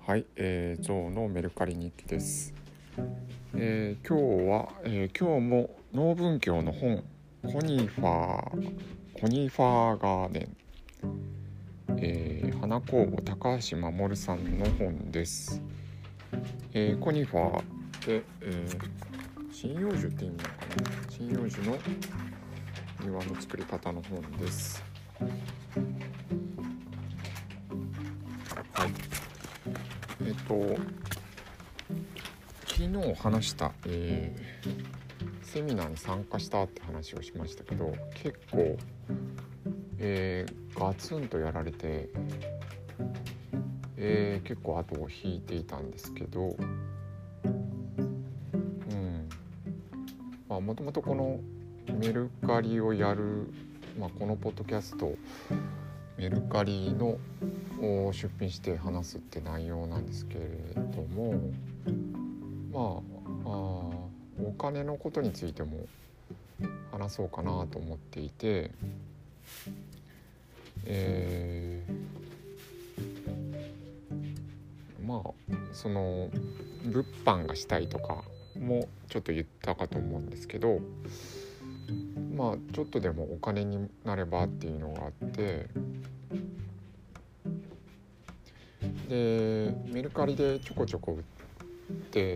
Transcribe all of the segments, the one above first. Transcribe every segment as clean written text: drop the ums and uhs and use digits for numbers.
はい、ゾウのメルカリ日記です。今日今日も農文教の本コニファーガーデン、花工房高橋守さんの本です。コニファーで、針葉樹っていうのかな、針葉樹の庭の作り方の本です。はい。昨日話した、セミナーに参加したって話をしましたけど、結構、ガツンとやられて、結構後を引いていたんですけど、もともとこのメルカリをやる、このポッドキャストメルカリの出品して話すって内容なんですけれども、お金のことについても話そうかなと思っていて、その物販がしたいとかもちょっと言ったかと思うんですけど、ちょっとでもお金になればっていうのがあって、でメルカリでちょこちょこ売って、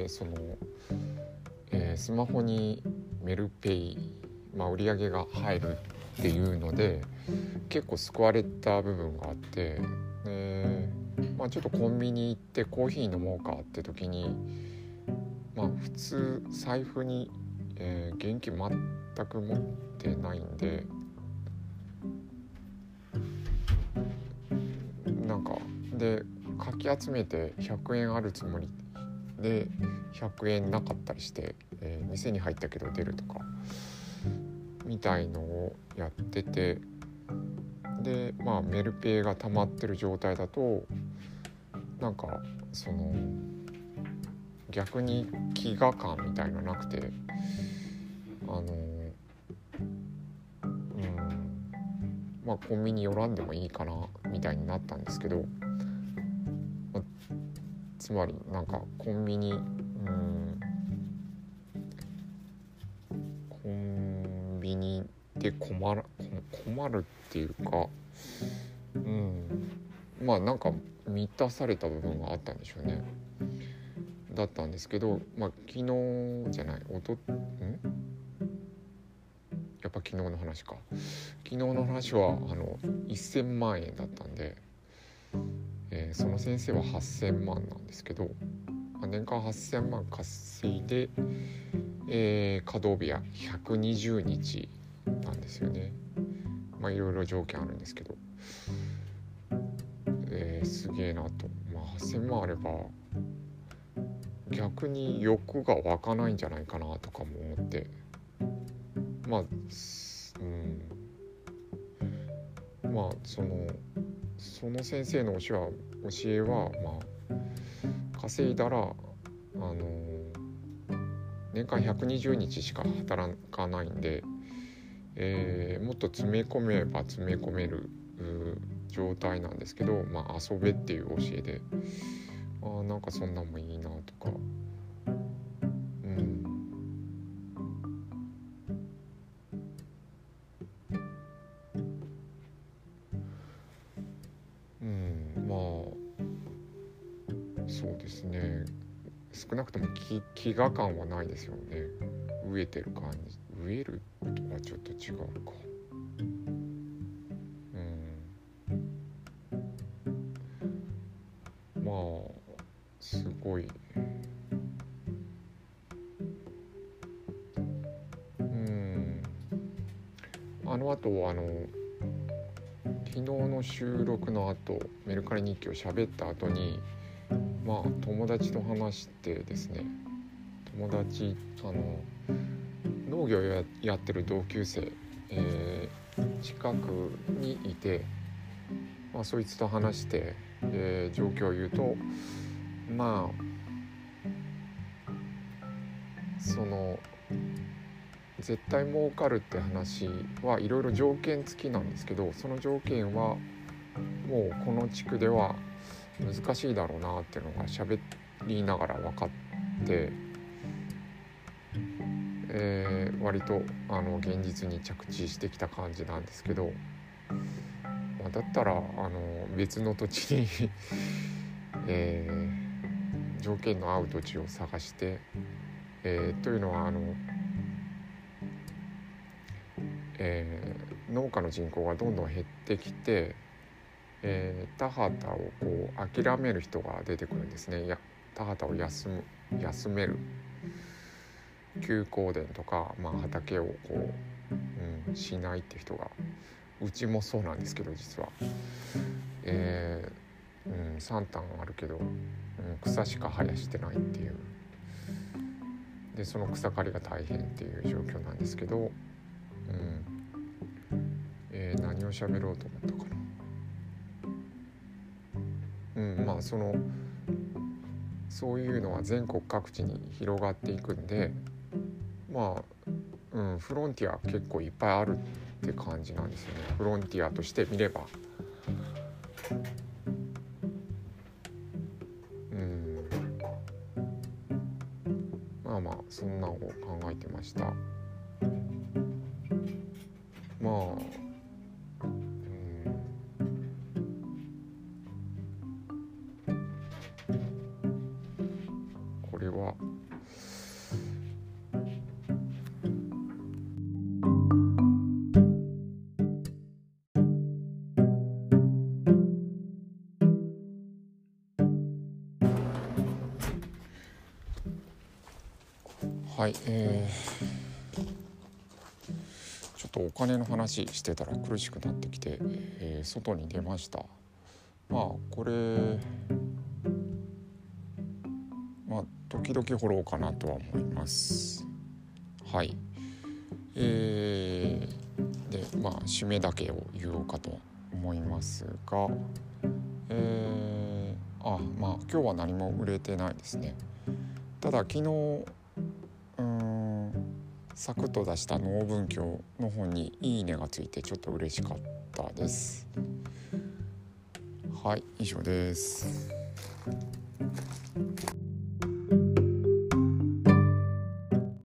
スマホにメルペイ、売り上げが入るっていうので結構救われた部分があって、ちょっとコンビニ行ってコーヒー飲もうかって時に、普通財布に、現金全く持ってないんで、でかき集めて100円あるつもりで100円なかったりして、店に入ったけど出るとかみたいのをやってて、でメルペイが溜まってる状態だと逆に飢餓感みたいなのなくて、コンビニ寄らんでもいいかなみたいになったんですけど、つまりコンビニで困るっていうか、満たされた部分があったんでしょうね。だったんですけど、昨日じゃないやっぱ昨日の話か。昨日の話は1000万円だったんで、その先生は8000万なんですけど、年間8000万稼いで、稼働日は120日なんですよね。いろいろ条件あるんですけど、すげえなと。8000万あれば逆に欲が湧かないんじゃないかなとかも思って、その先生の教えは稼いだら年間120日しか働かないんで、もっと詰め込めば詰め込める状態なんですけど、遊べっていう教えで、そんなんもいいなとか、そうですね。少なくとも飢餓感はないですよね。飢えてる感じ。飢えるとはちょっと違うか。すごい。昨日の収録の後、メルカリ日記を喋った後に、友達と話してですね、農業をやってる同級生、近くにいて、そいつと話して、状況を言うと、絶対儲かるって話はいろいろ条件付きなんですけど、その条件はもうこの地区では、 難しいだろうなっていうのが喋りながら分かって、割と現実に着地してきた感じなんですけど、だったら別の土地に条件の合う土地を探して、というのは農家の人口がどんどん減ってきて、田畑をこう諦める人が出てくるんですね。田畑を休める休耕田とか、畑をこう、しないっていう人が、うちもそうなんですけど実は、3単あるけど、草しか生やしてないっていうで、その草刈りが大変っていう状況なんですけど、何を喋ろうと思ったかな。そういうのは全国各地に広がっていくんで、フロンティア結構いっぱいあるって感じなんですよね。フロンティアとして見れば、そんなのを考えてました。これははい、ちょっとお金の話してたら苦しくなってきて、外に出ました。これ時々掘ろうかなとは思います。はい。で締めだけを言おうかと思いますが、今日は何も売れてないですね。ただ昨日サクッと出した農文教の本にいいねがついてちょっと嬉しかったです。はい、以上です。